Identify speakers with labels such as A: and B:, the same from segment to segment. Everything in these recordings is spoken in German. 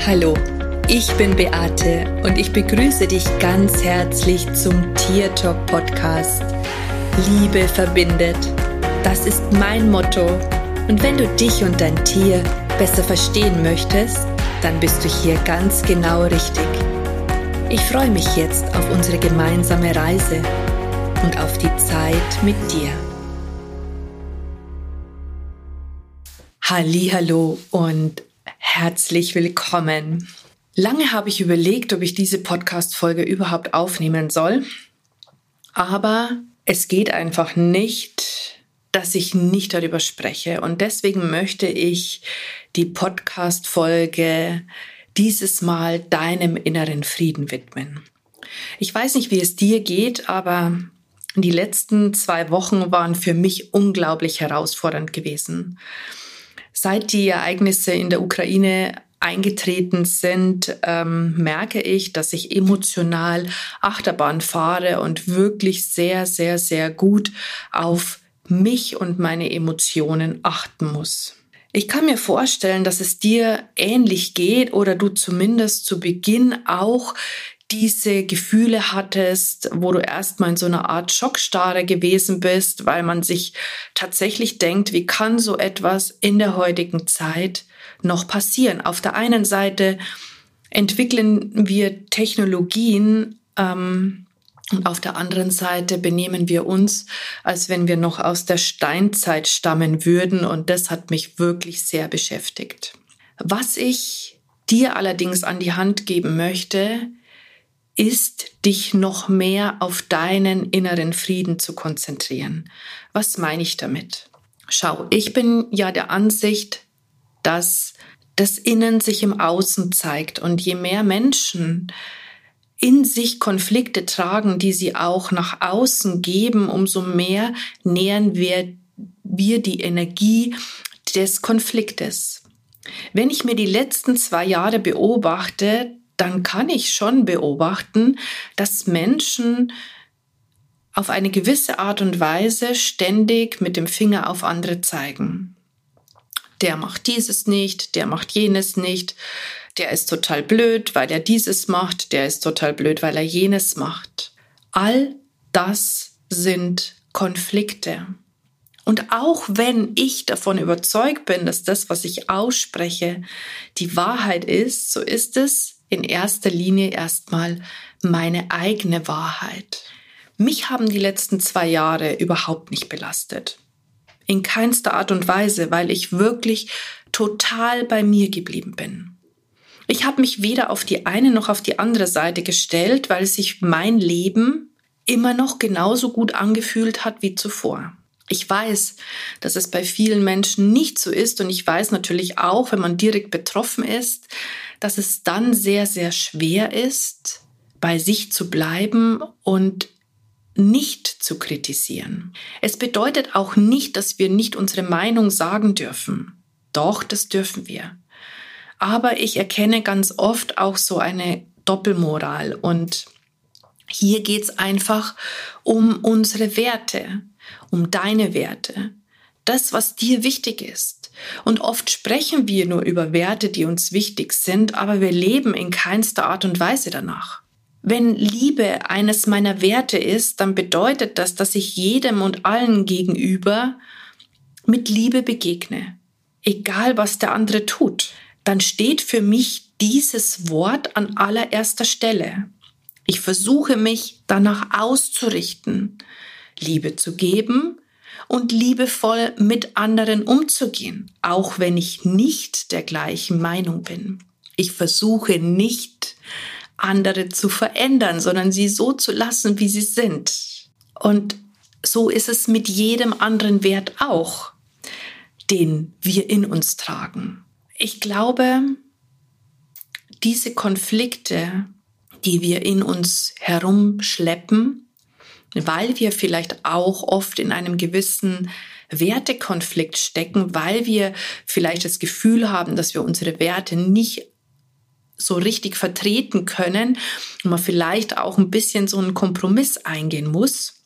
A: Hallo, ich bin Beate und ich begrüße dich ganz herzlich zum Tier Talk Podcast. Liebe verbindet, das ist mein Motto. Und wenn du dich und dein Tier besser verstehen möchtest, dann bist du hier ganz genau richtig. Ich freue mich jetzt auf unsere gemeinsame Reise und auf die Zeit mit dir. Hallihallo und herzlich willkommen. Lange habe ich überlegt, ob ich diese Podcast-Folge überhaupt aufnehmen soll, aber es geht einfach nicht, dass ich nicht darüber spreche, und deswegen möchte ich die Podcast-Folge dieses Mal deinem inneren Frieden widmen. Ich weiß nicht, wie es dir geht, aber die letzten 2 Wochen waren für mich unglaublich herausfordernd gewesen. Seit die Ereignisse in der Ukraine eingetreten sind, merke ich, dass ich emotional Achterbahn fahre und wirklich sehr, sehr, sehr gut auf mich und meine Emotionen achten muss. Ich kann mir vorstellen, dass es dir ähnlich geht oder du zumindest zu Beginn auch diese Gefühle hattest, wo du erstmal in so einer Art Schockstarre gewesen bist, weil man sich tatsächlich denkt, wie kann so etwas in der heutigen Zeit noch passieren? Auf der einen Seite entwickeln wir Technologien, und auf der anderen Seite benehmen wir uns, als wenn wir noch aus der Steinzeit stammen würden, und das hat mich wirklich sehr beschäftigt. Was ich dir allerdings an die Hand geben möchte, ist, dich noch mehr auf deinen inneren Frieden zu konzentrieren. Was meine ich damit? Schau, ich bin ja der Ansicht, dass das Innen sich im Außen zeigt, und je mehr Menschen in sich Konflikte tragen, die sie auch nach außen geben, umso mehr nähern wir die Energie des Konfliktes. Wenn ich mir die letzten 2 Jahre beobachte, dann kann ich schon beobachten, dass Menschen auf eine gewisse Art und Weise ständig mit dem Finger auf andere zeigen. Der macht dieses nicht, der macht jenes nicht, der ist total blöd, weil er dieses macht, der ist total blöd, weil er jenes macht. All das sind Konflikte. Und auch wenn ich davon überzeugt bin, dass das, was ich ausspreche, die Wahrheit ist, so ist es in erster Linie erstmal meine eigene Wahrheit. Mich haben die letzten 2 Jahre überhaupt nicht belastet. In keinster Art und Weise, weil ich wirklich total bei mir geblieben bin. Ich habe mich weder auf die eine noch auf die andere Seite gestellt, weil sich mein Leben immer noch genauso gut angefühlt hat wie zuvor. Ich weiß, dass es bei vielen Menschen nicht so ist, und ich weiß natürlich auch, wenn man direkt betroffen ist, dass es dann sehr, sehr schwer ist, bei sich zu bleiben und nicht zu kritisieren. Es bedeutet auch nicht, dass wir nicht unsere Meinung sagen dürfen. Doch, das dürfen wir. Aber ich erkenne ganz oft auch so eine Doppelmoral, und hier geht es einfach um unsere Werte, um deine Werte, das, was dir wichtig ist. Und oft sprechen wir nur über Werte, die uns wichtig sind, aber wir leben in keinster Art und Weise danach. Wenn Liebe eines meiner Werte ist, dann bedeutet das, dass ich jedem und allen gegenüber mit Liebe begegne, egal was der andere tut. Dann steht für mich dieses Wort an allererster Stelle. Ich versuche mich danach auszurichten, Liebe zu geben und liebevoll mit anderen umzugehen, auch wenn ich nicht der gleichen Meinung bin. Ich versuche nicht, andere zu verändern, sondern sie so zu lassen, wie sie sind. Und so ist es mit jedem anderen Wert auch, den wir in uns tragen. Ich glaube, diese Konflikte, die wir in uns herumschleppen, weil wir vielleicht auch oft in einem gewissen Wertekonflikt stecken, weil wir vielleicht das Gefühl haben, dass wir unsere Werte nicht so richtig vertreten können und man vielleicht auch ein bisschen so einen Kompromiss eingehen muss.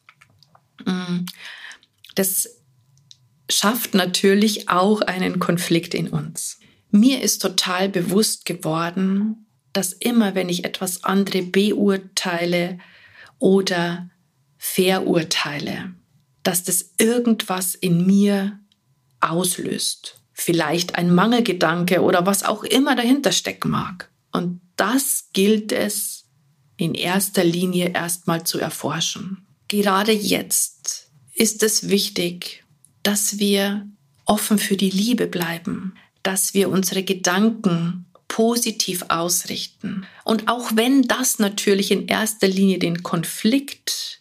A: Das schafft natürlich auch einen Konflikt in uns. Mir ist total bewusst geworden, dass immer, wenn ich etwas andere beurteile oder verurteile, dass das irgendwas in mir auslöst. Vielleicht ein Mangelgedanke oder was auch immer dahinter stecken mag. Und das gilt es in erster Linie erstmal zu erforschen. Gerade jetzt ist es wichtig, dass wir offen für die Liebe bleiben, dass wir unsere Gedanken positiv ausrichten. Und auch wenn das natürlich in erster Linie den Konflikt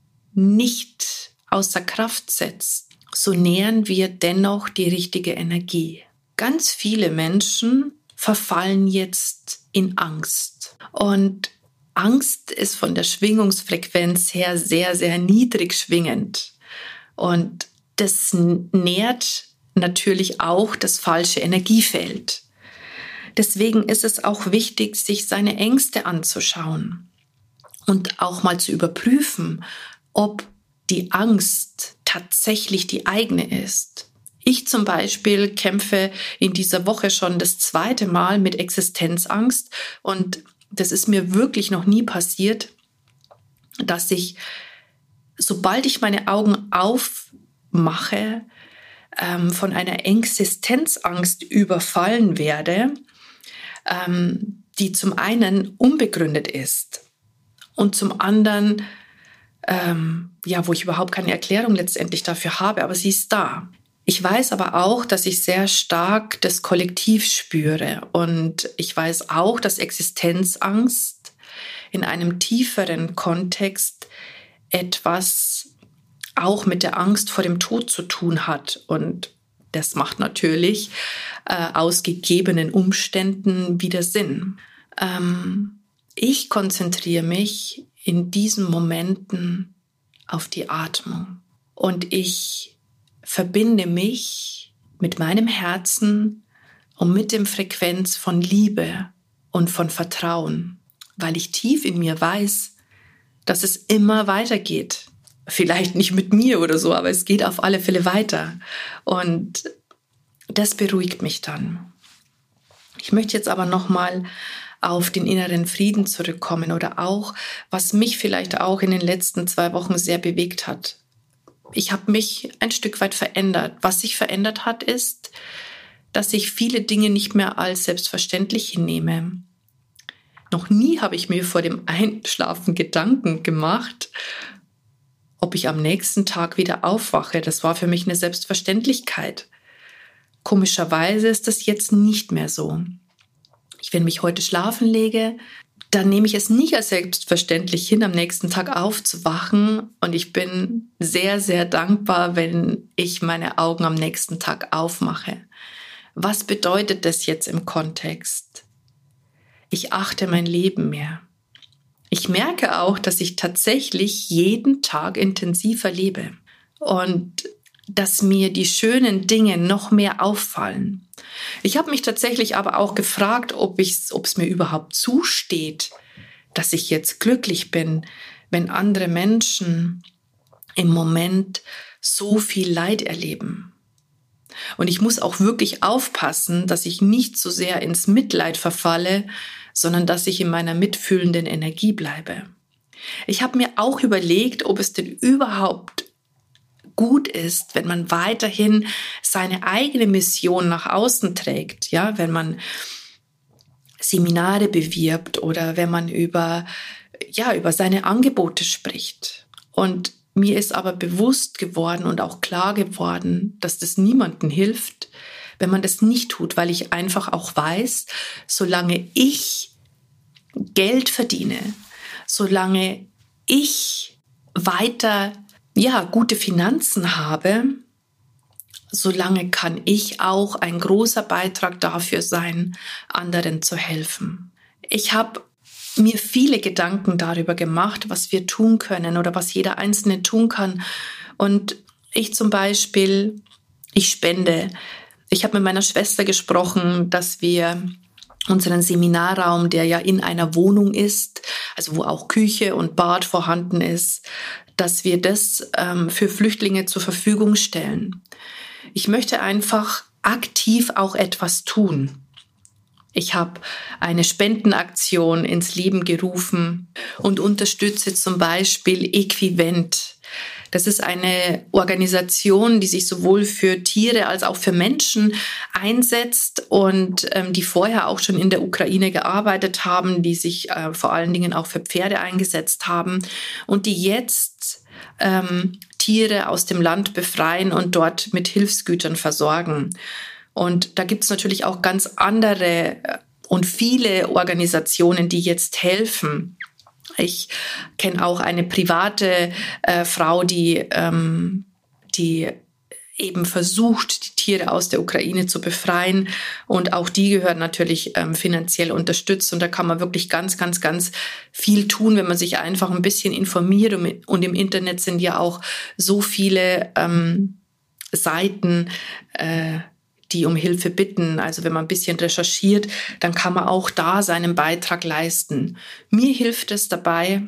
A: nicht außer Kraft setzt, so nähren wir dennoch die richtige Energie. Ganz viele Menschen verfallen jetzt in Angst. Und Angst ist von der Schwingungsfrequenz her sehr, sehr niedrig schwingend. Und das nährt natürlich auch das falsche Energiefeld. Deswegen ist es auch wichtig, sich seine Ängste anzuschauen und auch mal zu überprüfen, ob die Angst tatsächlich die eigene ist. Ich zum Beispiel kämpfe in dieser Woche schon das 2. Mal mit Existenzangst und das ist mir wirklich noch nie passiert, dass ich, sobald ich meine Augen aufmache, von einer Existenzangst überfallen werde, die zum einen unbegründet ist und zum anderen, wo ich überhaupt keine Erklärung letztendlich dafür habe, aber sie ist da. Ich weiß aber auch, dass ich sehr stark das Kollektiv spüre und ich weiß auch, dass Existenzangst in einem tieferen Kontext etwas auch mit der Angst vor dem Tod zu tun hat. Und das macht natürlich aus gegebenen Umständen wieder Sinn. Ich konzentriere mich in diesen Momenten auf die Atmung. Und ich verbinde mich mit meinem Herzen und mit der Frequenz von Liebe und von Vertrauen, weil ich tief in mir weiß, dass es immer weitergeht. Vielleicht nicht mit mir oder so, aber es geht auf alle Fälle weiter. Und das beruhigt mich dann. Ich möchte jetzt aber nochmal auf den inneren Frieden zurückkommen oder auch, was mich vielleicht auch in den letzten 2 Wochen sehr bewegt hat. Ich habe mich ein Stück weit verändert. Was sich verändert hat, ist, dass ich viele Dinge nicht mehr als selbstverständlich hinnehme. Noch nie habe ich mir vor dem Einschlafen Gedanken gemacht, ob ich am nächsten Tag wieder aufwache. Das war für mich eine Selbstverständlichkeit. Komischerweise ist das jetzt nicht mehr so. Wenn ich heute schlafen lege, dann nehme ich es nicht als selbstverständlich hin, am nächsten Tag aufzuwachen. Und ich bin sehr, sehr dankbar, wenn ich meine Augen am nächsten Tag aufmache. Was bedeutet das jetzt im Kontext? Ich achte mein Leben mehr. Ich merke auch, dass ich tatsächlich jeden Tag intensiver lebe und dass mir die schönen Dinge noch mehr auffallen. Ich habe mich tatsächlich aber auch gefragt, ob es mir überhaupt zusteht, dass ich jetzt glücklich bin, wenn andere Menschen im Moment so viel Leid erleben. Und ich muss auch wirklich aufpassen, dass ich nicht so sehr ins Mitleid verfalle, sondern dass ich in meiner mitfühlenden Energie bleibe. Ich habe mir auch überlegt, ob es denn überhaupt gut ist, wenn man weiterhin seine eigene Mission nach außen trägt, ja, wenn man Seminare bewirbt oder wenn man über seine Angebote spricht. Und mir ist aber bewusst geworden und auch klar geworden, dass das niemandem hilft, wenn man das nicht tut, weil ich einfach auch weiß, solange ich Geld verdiene, solange ich weiter gute Finanzen habe, solange kann ich auch ein großer Beitrag dafür sein, anderen zu helfen. Ich habe mir viele Gedanken darüber gemacht, was wir tun können oder was jeder Einzelne tun kann. Und ich zum Beispiel, ich spende. Ich habe mit meiner Schwester gesprochen, dass wir unseren Seminarraum, der ja in einer Wohnung ist, also wo auch Küche und Bad vorhanden ist, dass wir das für Flüchtlinge zur Verfügung stellen. Ich möchte einfach aktiv auch etwas tun. Ich habe eine Spendenaktion ins Leben gerufen und unterstütze zum Beispiel Equivent. Das ist eine Organisation, die sich sowohl für Tiere als auch für Menschen einsetzt und die vorher auch schon in der Ukraine gearbeitet haben, die sich vor allen Dingen auch für Pferde eingesetzt haben und die jetzt Tiere aus dem Land befreien und dort mit Hilfsgütern versorgen. Und da gibt es natürlich auch ganz andere und viele Organisationen, die jetzt helfen. Ich kenne auch eine private Frau, die eben versucht, die Tiere aus der Ukraine zu befreien. Und auch die gehören natürlich finanziell unterstützt. Und da kann man wirklich ganz, ganz, ganz viel tun, wenn man sich einfach ein bisschen informiert. Und im Internet sind ja auch so viele Seiten, die um Hilfe bitten. Also wenn man ein bisschen recherchiert, dann kann man auch da seinen Beitrag leisten. Mir hilft es dabei,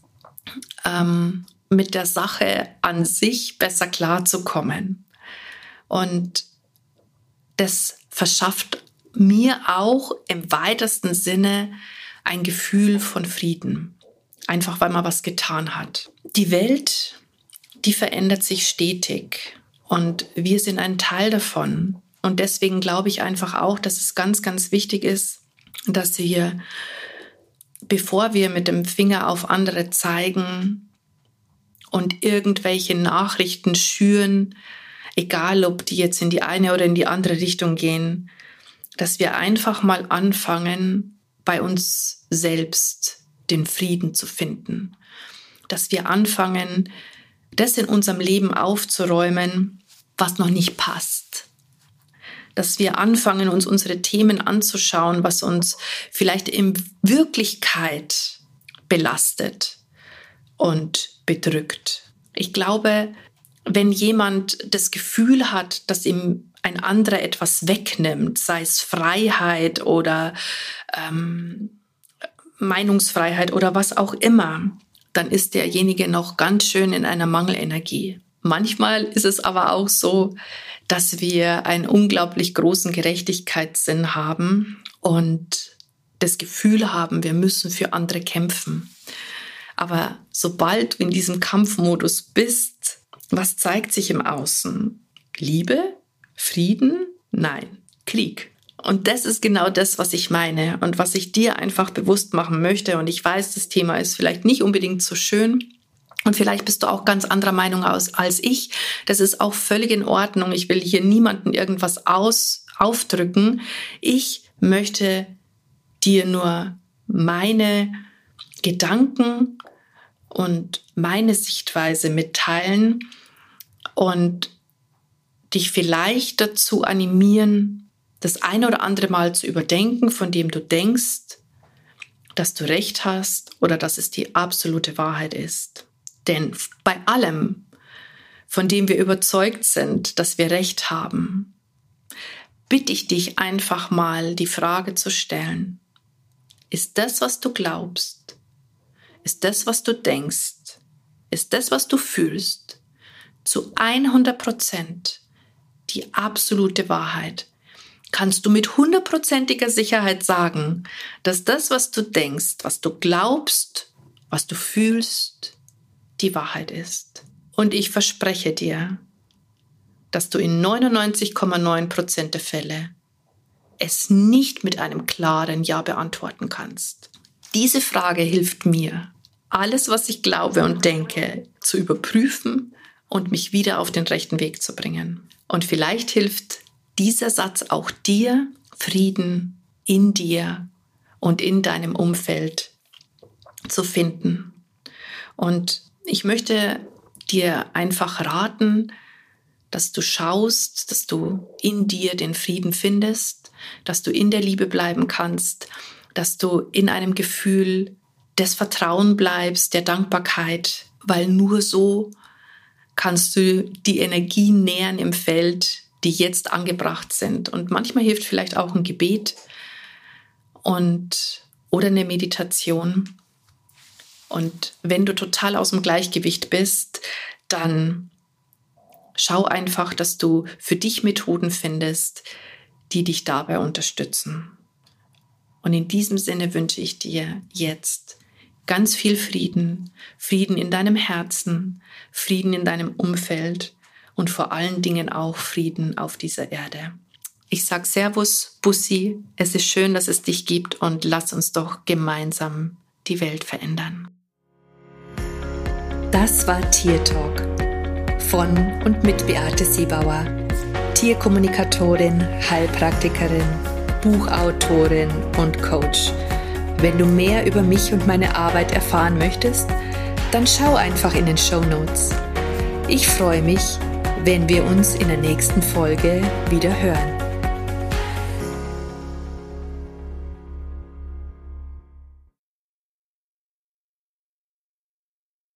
A: mit der Sache an sich besser klarzukommen. Und das verschafft mir auch im weitesten Sinne ein Gefühl von Frieden. Einfach weil man was getan hat. Die Welt, die verändert sich stetig. Und wir sind ein Teil davon. Und deswegen glaube ich einfach auch, dass es ganz, ganz wichtig ist, dass wir, bevor wir mit dem Finger auf andere zeigen und irgendwelche Nachrichten schüren, egal ob die jetzt in die eine oder in die andere Richtung gehen, dass wir einfach mal anfangen, bei uns selbst den Frieden zu finden. Dass wir anfangen, das in unserem Leben aufzuräumen, was noch nicht passt. Dass wir anfangen, uns unsere Themen anzuschauen, was uns vielleicht in Wirklichkeit belastet und bedrückt. Ich glaube, wenn jemand das Gefühl hat, dass ihm ein anderer etwas wegnimmt, sei es Freiheit oder Meinungsfreiheit oder was auch immer, dann ist derjenige noch ganz schön in einer Mangelenergie. Manchmal ist es aber auch so, dass wir einen unglaublich großen Gerechtigkeitssinn haben und das Gefühl haben, wir müssen für andere kämpfen. Aber sobald du in diesem Kampfmodus bist, was zeigt sich im Außen? Liebe? Frieden? Nein, Krieg. Und das ist genau das, was ich meine und was ich dir einfach bewusst machen möchte. Und ich weiß, das Thema ist vielleicht nicht unbedingt so schön. Und vielleicht bist du auch ganz anderer Meinung als ich. Das ist auch völlig in Ordnung. Ich will hier niemandem irgendwas aufdrücken. Ich möchte dir nur meine Gedanken und meine Sichtweise mitteilen und dich vielleicht dazu animieren, das eine oder andere Mal zu überdenken, von dem du denkst, dass du recht hast oder dass es die absolute Wahrheit ist. Denn bei allem, von dem wir überzeugt sind, dass wir Recht haben, bitte ich dich einfach mal, die Frage zu stellen: Ist das, was du glaubst, ist das, was du denkst, ist das, was du fühlst, zu 100% die absolute Wahrheit? Kannst du mit 100%iger Sicherheit sagen, dass das, was du denkst, was du glaubst, was du fühlst, die Wahrheit ist? Und ich verspreche dir, dass du in 99,9% der Fälle es nicht mit einem klaren Ja beantworten kannst. Diese Frage hilft mir, alles, was ich glaube und denke, zu überprüfen und mich wieder auf den rechten Weg zu bringen. Und vielleicht hilft dieser Satz auch dir, Frieden in dir und in deinem Umfeld zu finden. Und ich möchte dir einfach raten, dass du schaust, dass du in dir den Frieden findest, dass du in der Liebe bleiben kannst, dass du in einem Gefühl des Vertrauens bleibst, der Dankbarkeit, weil nur so kannst du die Energien nähern im Feld, die jetzt angebracht sind. Und manchmal hilft vielleicht auch ein Gebet oder eine Meditation. Und wenn du total aus dem Gleichgewicht bist, dann Schau einfach, dass du für dich Methoden findest, die dich dabei unterstützen. Und in diesem Sinne wünsche ich dir jetzt ganz viel Frieden, Frieden in deinem Herzen, Frieden in deinem Umfeld und vor allen Dingen auch Frieden auf dieser Erde. Ich sage Servus, Bussi, es ist schön, dass es dich gibt und lass uns doch gemeinsam die Welt verändern. Das war Tier Talk von und mit Beate Siebauer, Tierkommunikatorin, Heilpraktikerin, Buchautorin und Coach. Wenn du mehr über mich und meine Arbeit erfahren möchtest, dann schau einfach in den Shownotes. Ich freue mich, wenn wir uns in der nächsten Folge wieder hören.